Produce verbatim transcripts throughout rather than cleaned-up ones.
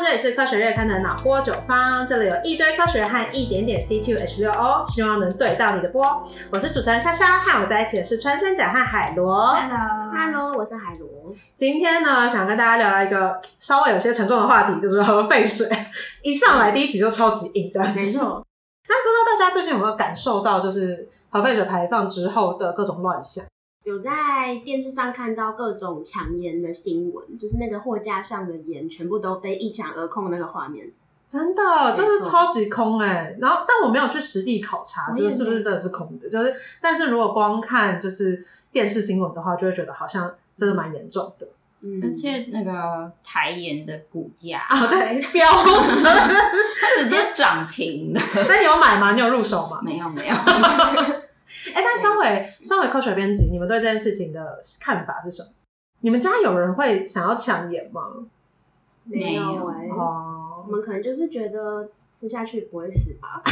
这里是科学月刊的脑波酒坊，这里有一堆科学和一点点 C 二 H 六 O， 希望能对到你的波。我是主持人莎莎，和我在一起的是穿山甲和海螺。 Hello， Hello， 我是海螺。 今天呢，想跟大家聊一个稍微有些沉重的话题，就是核废水。一上来第一集就超级硬，这样子。 没错。 那不知道大家最近有没有感受到，就是核废水排放之后的各种乱象？ 有在电视上看到各种抢盐的新闻，就是那个货架上的盐全部都被一抢而空那个画面， 真的就是超级空哎、欸。然后，但我没有去实地考察，就是是不是真的是空的。就是，但是如果光看就是电视新闻的话，就会觉得好像真的蛮严重的。 嗯，而且那个台盐的股价啊，对，飙升， 直接涨停了。 那你有买吗？你有入手吗？ 没有，没有。 哎、欸，但身为身为科学编辑，你们对这件事情的看法是什么？你们家有人会想要抢盐吗？ 没有哎、欸，哦，我们可能就是觉得吃下去不会死吧。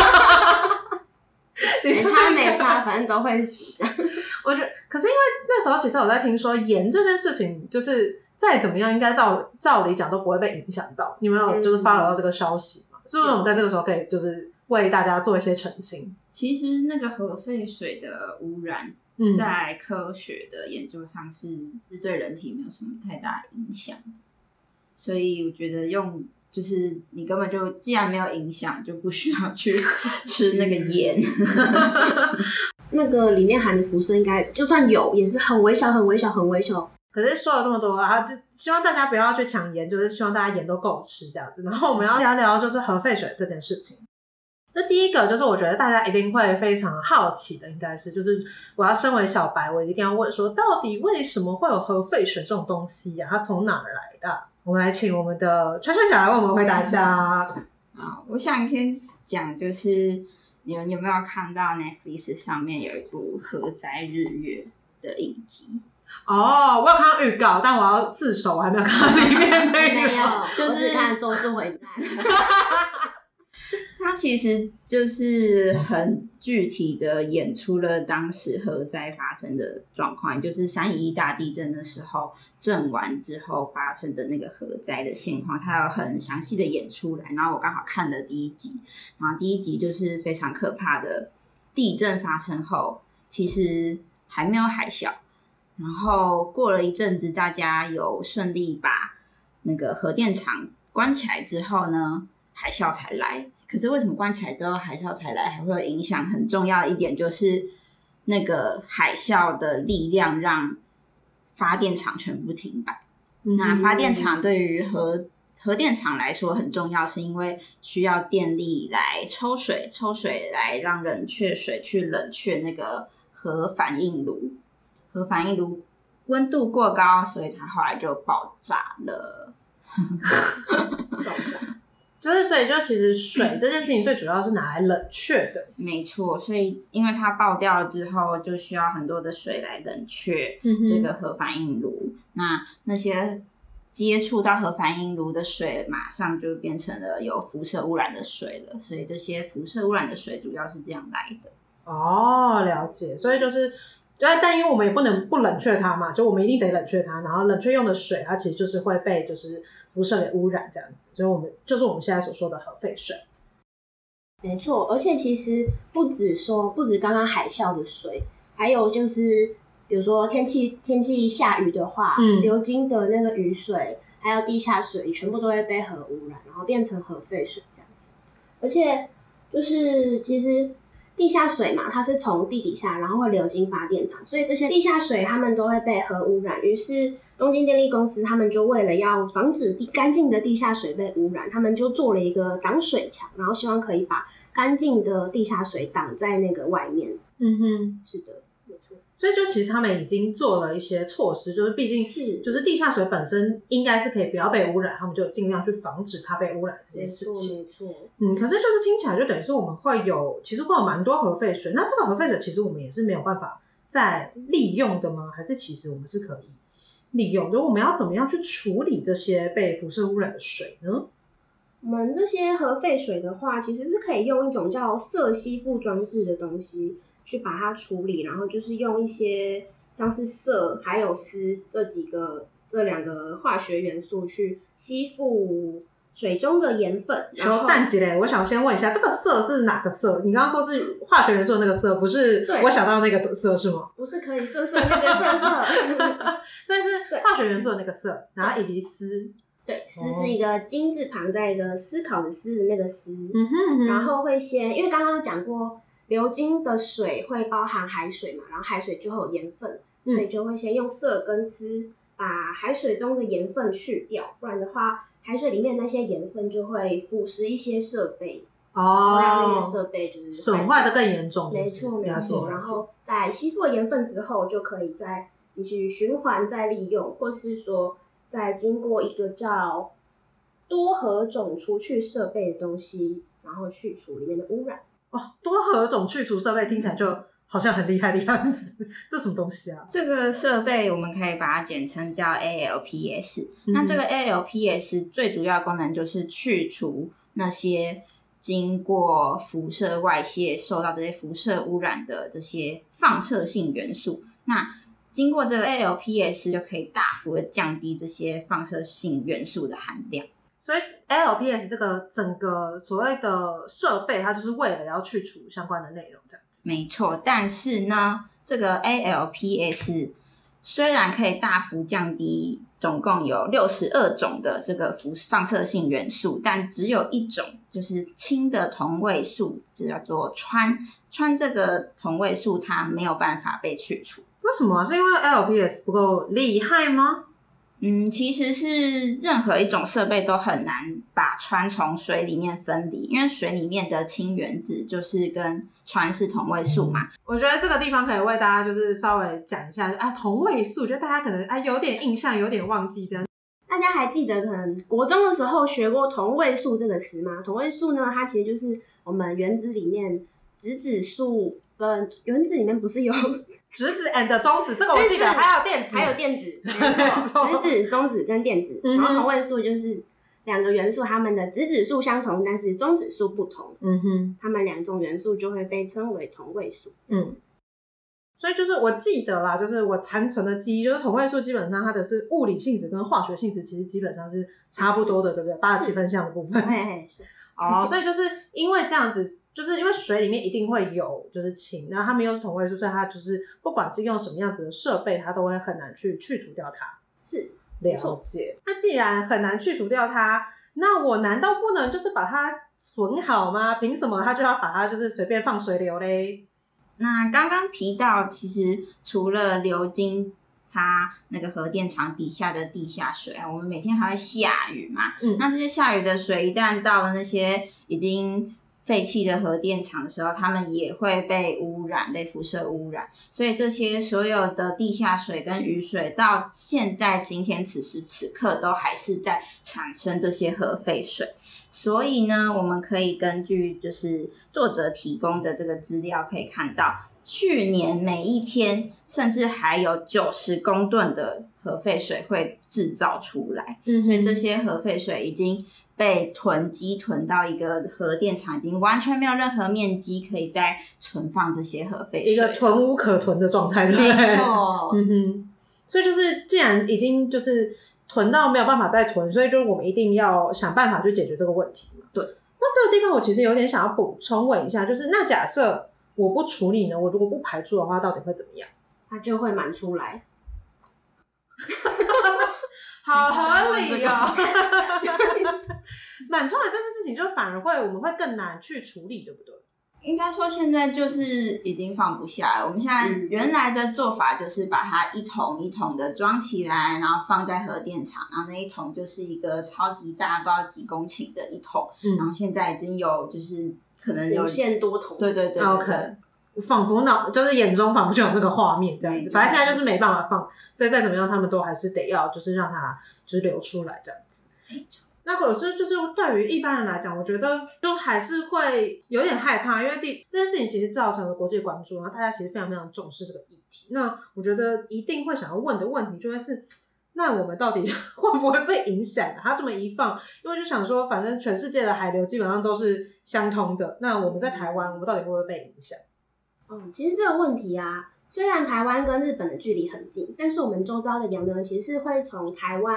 没差没差，反正都会死这样。 我觉得，可是因为那时候其实我在听说盐这件事情，就是再怎么样，应该到照理讲都不会被影响到。你们有就是 follow 到这个消息吗？是不是我们在这个时候可以就是为大家做一些澄清？ 其实那个核废水的污染， 嗯、 在科学的研究上是是对人体没有什么太大影响的，所以我觉得用。就是你根本就既然没有影响，就不需要去吃那个盐。 那个里面含的辐射应该就算有，也是很微小、很微小、很微小。 可是说了这么多啊，就希望大家不要去抢盐，就是希望大家盐都够吃这样子。然后我们要聊聊就是核废水这件事情。那第一个就是我觉得大家一定会非常好奇的，应该是就是我要身为小白，我一定要问说，到底为什么会有核废水这种东西呀、啊？它从哪儿来的？我们来请我们的穿山甲来为我们回答一下。 好，我想先讲，就是你们有没有看到 Netflix 上面有一部核灾日月的影集？ 哦，我有看到预告，但我要自首，我还没有看到里面内容。 没有， 就是我只看《咒术回战》。 它其实就是很具体的演出了当时核灾发生的状况，就是三一一大地震的时候震完之后发生的那个核灾的现况，它有很详细的演出来。然后我刚好看了第一集，然后第一集就是非常可怕的地震发生后，其实还没有海啸，然后过了一阵子，大家有顺利把那个核电厂关起来之后呢，海啸才来。可是为什么关起来之后海啸才来，还会有影响？很重要的一点就是那个海啸的力量让发电厂全部停摆。嗯、那发电厂对于核核电厂来说很重要，是因为需要电力来抽水，抽水来让冷却水去冷却那个核反应炉。核反应炉温度过高，所以它后来就爆炸了。 爆炸。 就是所以就其实水这件事情最主要是拿来冷却的。 没错，所以因为它爆掉了之后就需要很多的水来冷却这个核反应炉、嗯、那那些接触到核反应炉的水马上就变成了有辐射污染的水了，所以这些辐射污染的水主要是这样来的。 哦，了解。所以就是但因为我们也不能不冷却它嘛，就我们一定得冷却它，然后冷却用的水它其实就是会被就是辐射给污染这样子，所以我们就是我们现在所说的核废水。 没错，而且其实不止说不止刚刚海啸的水，还有就是比如说天气天气下雨的话、嗯、流经的那个雨水还有地下水全部都会被核污染，然后变成核废水这样子。而且就是其实地下水嘛，它是从地底下然后会流经发电厂，所以这些地下水它们都会被核污染。于是东京电力公司他们就为了要防止干净的地下水被污染，他们就做了一个挡水墙，然后希望可以把干净的地下水挡在那个外面。 嗯哼， 是的，没错。 所以就其实他们已经做了一些措施，就是毕竟是就是地下水本身应该是可以不要被污染，他们就尽量去防止它被污染这件事情。 没错，没错。 嗯，可是就是听起来就等于说我们会有其实会有蛮多核废水，那这个核废水其实我们也是没有办法再利用的吗？还是其实我们是可以利用？就我们要怎么样去处理这些被辐射污染的水呢？ 我们这些核废水的话，其实是可以用一种叫色吸附装置的东西去把它处理，然后就是用一些像是铯还有锶这几个这两个化学元素去吸附水中的盐分。 小蛋姐嘞，我想先问一下，这个色是哪个色？你刚刚说是化学元素的那个色，不是我想到那个色是吗？ 不是可以色色那个色色， 所以是化学元素的那个色，然后以及丝。 对，丝是一个金字旁，在一个思考的思的那个丝。 嗯哼嗯哼， 然后会先，因为刚刚讲过，流经的水会包含海水嘛，然后海水就会有盐分，所以就会先用色跟丝把海水中的盐分去掉，不然的话，海水里面那些盐分就会腐蚀一些设备， 哦， 让那些设备就是损坏的更严重。 没错没错，然后在吸附了盐分之后，就可以再继续循环再利用，或是说再经过一个叫多核种除去设备的东西，然后去除里面的污染。 哦，多核种去除设备听起来就好像很厉害的样子，这什么东西啊？ 这个设备我们可以把它简称叫 A L P S、嗯、那这个 A L P S 最主要的功能就是去除那些经过辐射外泄受到这些辐射污染的这些放射性元素，那经过这个 A L P S 就可以大幅的降低这些放射性元素的含量。 所以 A L P S 这个整个所谓的设备，它就是为了要去除相关的内容这样子。 没错，但是呢，这个 A L P S 虽然可以大幅降低总共有六十二种的这个放射性元素，但只有一种就是氢的同位素，叫做氚。氚这个同位素它没有办法被去除。 为什么？是因为 A L P S 不够厉害吗？ 嗯，其实是任何一种设备都很难把氚从水里面分离，因为水里面的氢原子就是跟氚是同位素嘛。 我觉得这个地方可以为大家就是稍微讲一下啊，同位素，我觉得大家可能啊有点印象，有点忘记这样。 大家还记得可能国中的时候学过同位素这个词吗？同位素呢，它其实就是我们原子里面质子素跟原子里面不是有质子 and 中子，这个我记得，还有电子， 还有电子，没错，质子、中子跟电子，然后同位素就是两个元素，它们的质子数相同，但是中子数不同，嗯哼，它们两种元素就会被称为同位素，这样子。嗯， 所以就是我记得啦，就是我残存的记忆，就是同位素基本上它的是物理性质跟化学性质其实基本上是差不多的，对不对？八十七分像的部分， 是哦，所以就是因为这样子。就是因为水里面一定会有就是氢，然后它们又是同位素，所以它就是不管是用什么样子的设备，它都会很难去去除掉它。 是， 了解。那既然很难去除掉它，那我难道不能就是把它存好吗？凭什么它就要把它就是随便放水流嘞？ 那刚刚提到，其实除了流经它那个核电厂底下的地下水啊，我们每天还会下雨嘛。嗯，那这些下雨的水一旦到了那些已经废弃的核电厂的时候，它们也会被污染，被辐射污染。所以这些所有的地下水跟雨水到现在今天此时此刻都还是在产生这些核废水。所以呢，我们可以根据就是作者提供的这个资料可以看到，去年每一天甚至还有九十公吨的核废水会制造出来。嗯，所以这些核废水已经被囤积囤到一个核电厂，已经完全没有任何面积可以再存放这些核废水， 一个囤无可囤的状态，对不对？ 没错， 嗯哼。所以就是既然已经就是囤到没有办法再囤，所以就我们一定要想办法去解决这个问题嘛。对。那这个地方我其实有点想要补充问一下，就是那假设我不处理呢，我如果不排出的话，到底会怎么样？ 它就会满出来。 好合理哦。满出来这件事情就反而会我们会更难去处理，对不对？ 应该说现在就是已经放不下了。我们现在原来的做法就是把它一桶一桶的装起来，然后放在核电厂，然后那一桶就是一个超级大，不知道几公顷的一桶、嗯、然后现在已经有就是可能有无限多桶， 对对对对对、 okay. 仿佛脑就是眼中仿佛就有那个画面这样子，反正现在就是没办法放，所以再怎么样他们都还是得要就是让它就是流出来这样子。没错。那可是就是对于一般人来讲，我觉得就还是会有点害怕，因为第这件事情其实造成了国际关注，然后大家其实非常非常重视这个议题。那我觉得一定会想要问的问题就会是，那我们到底会不会被影响啊？他这么一放，因为就想说反正全世界的海流基本上都是相通的，那我们在台湾我们到底会不会被影响？ 嗯，其实这个问题啊，虽然台湾跟日本的距离很近，但是我们周遭的洋流其实是会从台湾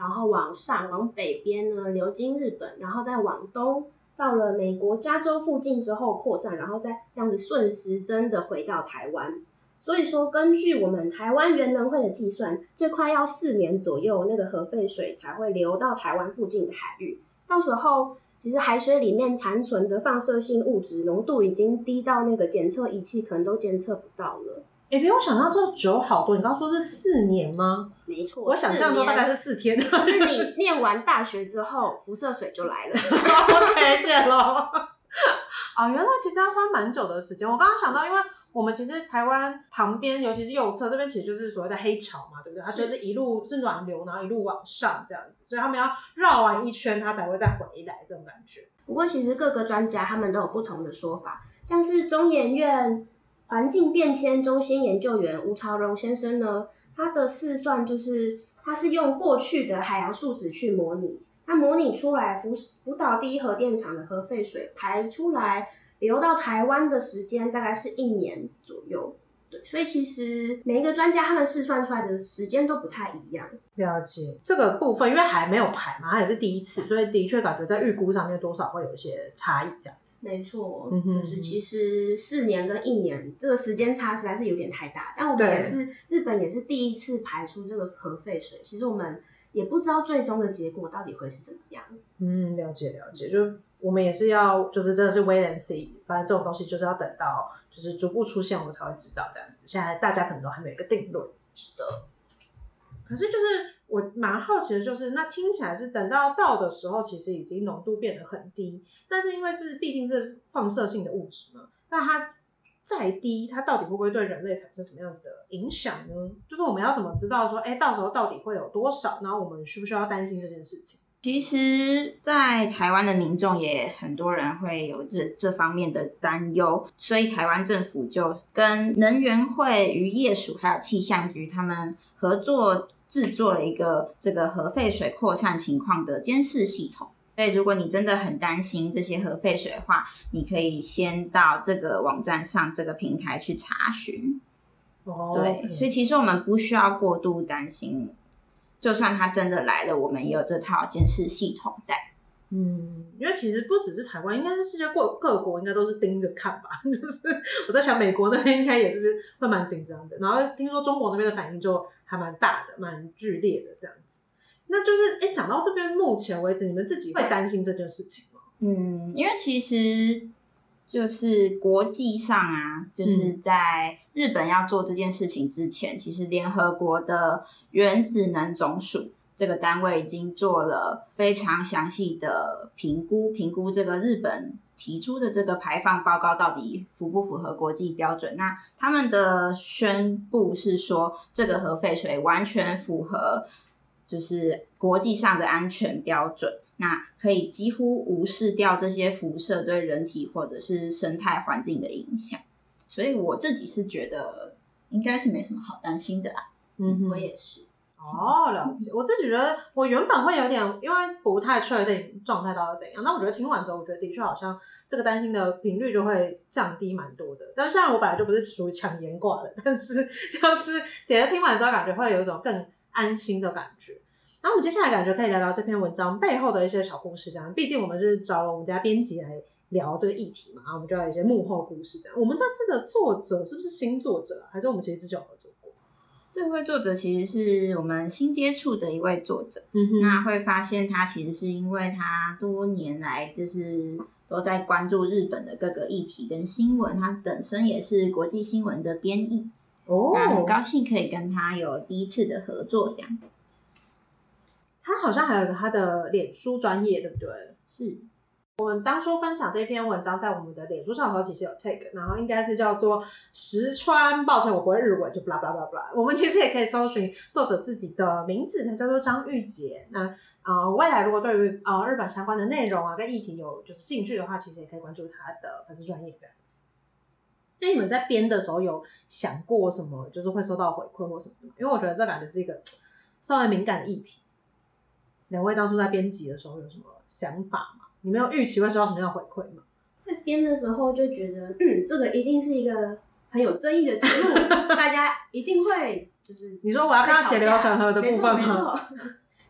然后往上往北边呢流经日本，然后再往东到了美国加州附近之后扩散，然后再这样子顺时针的回到台湾。所以说根据我们台湾原能会的计算，最快要四年左右那个核废水才会流到台湾附近的海域，到时候其实海水里面残存的放射性物质浓度已经低到那个检测仪器可能都监测不到了。 也、欸、比我想象中久好多。你刚刚说是四年吗？ 没错， 我想象中大概是四天。 就是你念完大学之后，辐射水就来了。 OK， 谢咯。啊，原来其实要花蛮久的时间。我刚刚想到，因为我们其实台湾旁边，尤其是右侧这边，其实就是所谓的黑潮嘛，对不对？它就是一路是暖流，然后一路往上这样子，所以他们要绕完一圈，它才会再回来，这种感觉。 不过其实各个专家他们都有不同的说法，像是中研院环境变迁中心研究员吴朝荣先生呢，他的试算就是他是用过去的海洋数值去模拟，他模拟出来福福岛第一核电厂的核废水排出来流到台湾的时间大概是一年左右。对，所以其实每一个专家他们试算出来的时间都不太一样。 了解这个部分，因为还没有排嘛，它也是第一次，所以的确感觉在预估上面多少会有一些差异这样子。 没错， 嗯哼， 就是其实四年跟一年这个时间差实在是有点太大，但我们也是日本也是第一次排出这个核废水，其实我们也不知道最终的结果到底会是怎么样。 嗯，了解了解，就我们也是要就是真的是 wait and see， 反正这种东西就是要等到就是逐步出现我们才会知道这样子，现在大家可能都还没有一个定论。 是的， 可是就是我蛮好奇的，就是那听起来是等到到的时候，其实已经浓度变得很低，但是因为是毕竟是放射性的物质嘛，那它再低，它到底会不会对人类产生什么样子的影响呢？就是我们要怎么知道说，哎，到时候到底会有多少？然后我们需不需要担心这件事情？ 其实在台湾的民众也很多人会有这这方面的担忧，所以台湾政府就跟能源会、渔业署还有气象局他们合作制作了一个这个核废水扩散情况的监视系统。所以如果你真的很担心这些核废水的话，你可以先到这个网站上这个平台去查询。 哦， 对，所以其实我们不需要过度担心，就算它真的来了，我们也有这套监视系统在。 嗯，因为其实不只是台湾，应该是世界各各国应该都是盯着看吧。就是我在想，美国那边应该也就是会蛮紧张的，然后听说中国那边的反应就还蛮大的，蛮剧烈的这样子。那就是哎，讲到这边，目前为止，你们自己会担心这件事情吗？ 嗯，因为其实就是国际上啊，就是在日本要做这件事情之前，嗯、其实联合国的原子能总署这个单位已经做了非常详细的评估，评估这个日本提出的这个排放报告到底符不符合国际标准。那他们的宣布是说，这个核废水完全符合就是国际上的安全标准，那可以几乎无视掉这些辐射对人体或者是生态环境的影响。所以我自己是觉得应该是没什么好担心的啦。 嗯，我也是。 哦，了解。我自己觉得我原本会有点，因为不太确定状态到底怎样，但我觉得听完之后，我觉得的确好像这个担心的频率就会降低蛮多的。但是虽然我本来就不是属于强颜挂的，但是就是点了听完之后，感觉会有一种更安心的感觉。然后我们接下来感觉可以聊聊这篇文章背后的一些小故事，这样。毕竟我们是找了我们家编辑来聊这个议题嘛，然后我们就要有一些幕后故事这样。我们这次的作者是不是新作者，还是我们其实之前有合作过？ 这位作者其实是我们新接触的一位作者， 嗯哼， 那会发现他其实是因为他多年来就是都在关注日本的各个议题跟新闻，他本身也是国际新闻的编译， 哦， 那很高兴可以跟他有第一次的合作这样子。 他好像还有一个他的脸书专页，对不对？ 是。 我们当初分享这篇文章在我们的脸书上的时候，其实有 tag， 然后应该是叫做石川，抱歉我不会日文，就 blah blah blah blah。我们其实也可以搜寻作者自己的名字，他叫做张玉洁。那呃，未来如果对于呃日本相关的内容啊跟议题有就是兴趣的话，其实也可以关注他的粉丝专页这样子。那你们在编的时候有想过什么，就是会收到回馈或什么的吗？因为我觉得这感觉是一个稍微敏感的议题。两位当初在编辑的时候有什么想法吗？你们有预期会收到什么样的回馈吗？ 在编的时候就觉得，嗯，这个一定是一个很有争议的题目，大家一定会就是你说我要看到血流成河的部分吗？ 没错没错，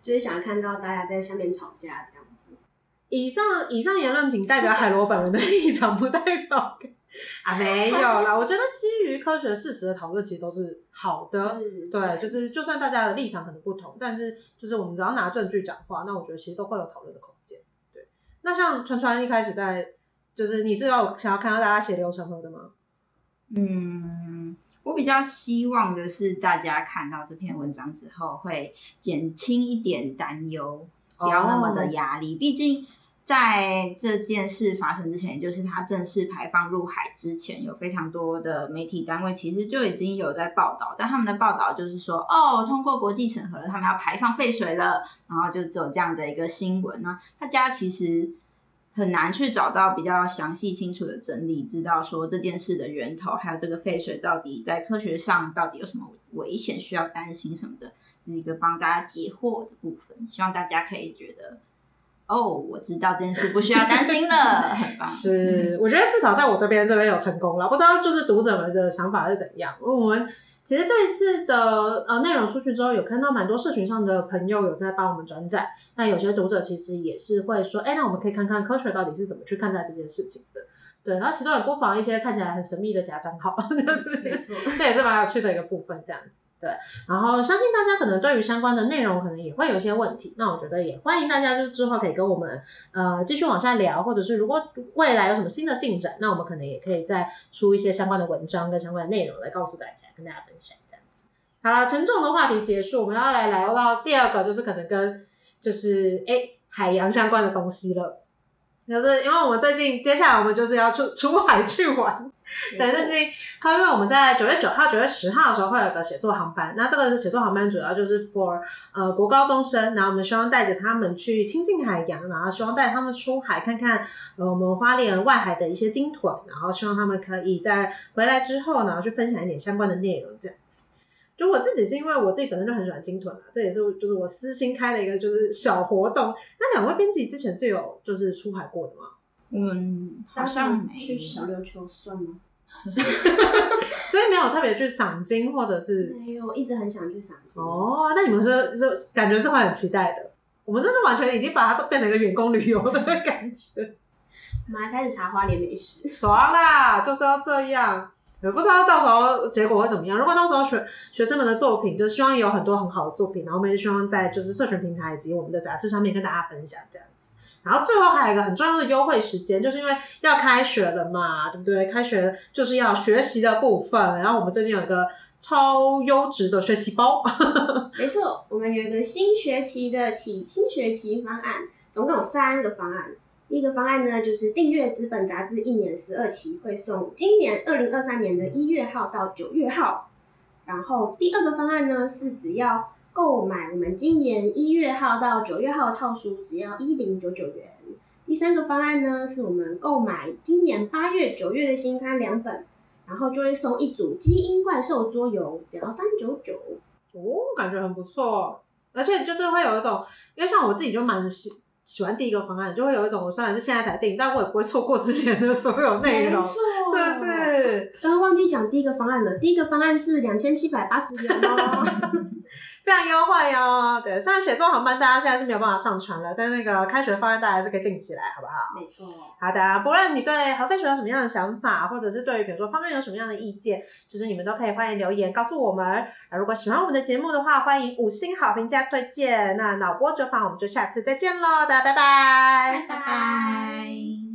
就是想看到大家在下面吵架这样子。 以上以上言论仅代表海螺本人的立场，不代表啊没有啦。我觉得基于科学事实的讨论其实都是好的，对，对，就是就算大家的立场可能不同，但是就是我们只要拿证据讲话，那我觉得其实都会有讨论的空间。对，那像川川一开始在，就是你是要想要看到大家血流成河的吗？ 嗯，我比较希望的是大家看到这篇文章之后会减轻一点担忧，不要那么的压力。毕竟在这件事发生之前，也就是它正式排放入海之前，有非常多的媒体单位其实就已经有在报道，但他们的报道就是说，哦，通过国际审核了，他们要排放废水了，然后就只有这样的一个新闻。那大家其实很难去找到比较详细清楚的整理，知道说这件事的源头，还有这个废水到底在科学上到底有什么危险需要担心什么的，是一个帮大家解惑的部分。希望大家可以觉得哦，我知道这件事不需要担心了，很棒。 是，我觉得至少在我这边这边有成功了，不知道就是读者们的想法是怎样。因为我们其实这一次的呃内容出去之后，有看到蛮多社群上的朋友有在帮我们转载，那有些读者其实也是会说，哎，那我们可以看看科学到底是怎么去看待这件事情的。对，然后其中也不妨一些看起来很神秘的假账号，就是没错， 这也是蛮有趣的一个部分，这样子。对，然后相信大家可能对于相关的内容可能也会有一些问题，那我觉得也欢迎大家就是之后可以跟我们呃继续往下聊，或者是如果未来有什么新的进展，那我们可能也可以再出一些相关的文章跟相关的内容来告诉大家，跟大家分享这样子。好了，沉重的话题结束，我们要来聊到第二个，就是可能跟就是哎海洋相关的东西了。就是因为我们最近接下来我们就是要出出海去玩，对，最近因为我们在九月九号、九月十号的时候会有个写作航班，那这个写作航班主要就是 for 呃国高中生，然后我们希望带着他们去亲近海洋，然后希望带他们出海看看呃我们花莲外海的一些鲸豚，然后希望他们可以在回来之后然后去分享一点相关的内容这样。就我自己是因为我自己本身就很喜欢鲸豚啦，这也是就是我私心开的一个就是小活动。那两位编辑之前是有就是出海过的吗？ 嗯，好像没去小琉球算吗？ 所以没有特别去赏鲸或者是没有，一直很想去赏鲸。 哦，那你们是是感觉是会很期待的。我们这是完全已经把它变成一个员工旅游的感觉。 我们还开始查花莲美食， 爽啦，就是要这样。也不知道到时候结果会怎么样。如果到时候学学生们的作品，就希望有很多很好的作品，然后我们也希望在就是社群平台以及我们的杂志上面跟大家分享这样子。然后最后还有一个很重要的优惠时间，就是因为要开学了嘛，对不对？开学就是要学习的部分，然后我们最近有一个超优质的学习包。 没错，我们有一个新学期的起新学期方案，总共有三个方案。第一个方案呢，就是订阅资本杂志一年十二期，会送今年二零二三年的一月号到九月号。然后第二个方案呢，是只要购买我们今年一月号到九月号的套书，只要一零九九元。第三个方案呢，是我们购买今年八月、九月的新刊两本，然后就会送一组基因怪兽桌游，只要三九九。 哦，感觉很不错，而且就是会有一种，因为像我自己就蛮喜喜欢第一个方案，就会有一种我虽然是现在才订，但我也不会错过之前的所有内容， 没错， 是不是？ 刚刚忘记讲第一个方案了，第一个方案是两千七百八十元哦。 非常优惠哦，对，虽然写作航班大家现在是没有办法上传了，但那个开学方案大家还是可以定起来，好不好？ 没错。 好的，不论你对核废水有什么样的想法，或者是对于比如说方案有什么样的意见，就是你们都可以欢迎留言告诉我们。啊，如果喜欢我们的节目的话，欢迎五星好评加推荐。那脑波酒坊我们就下次再见喽，大家拜拜， 拜拜。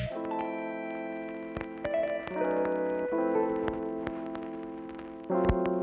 拜拜。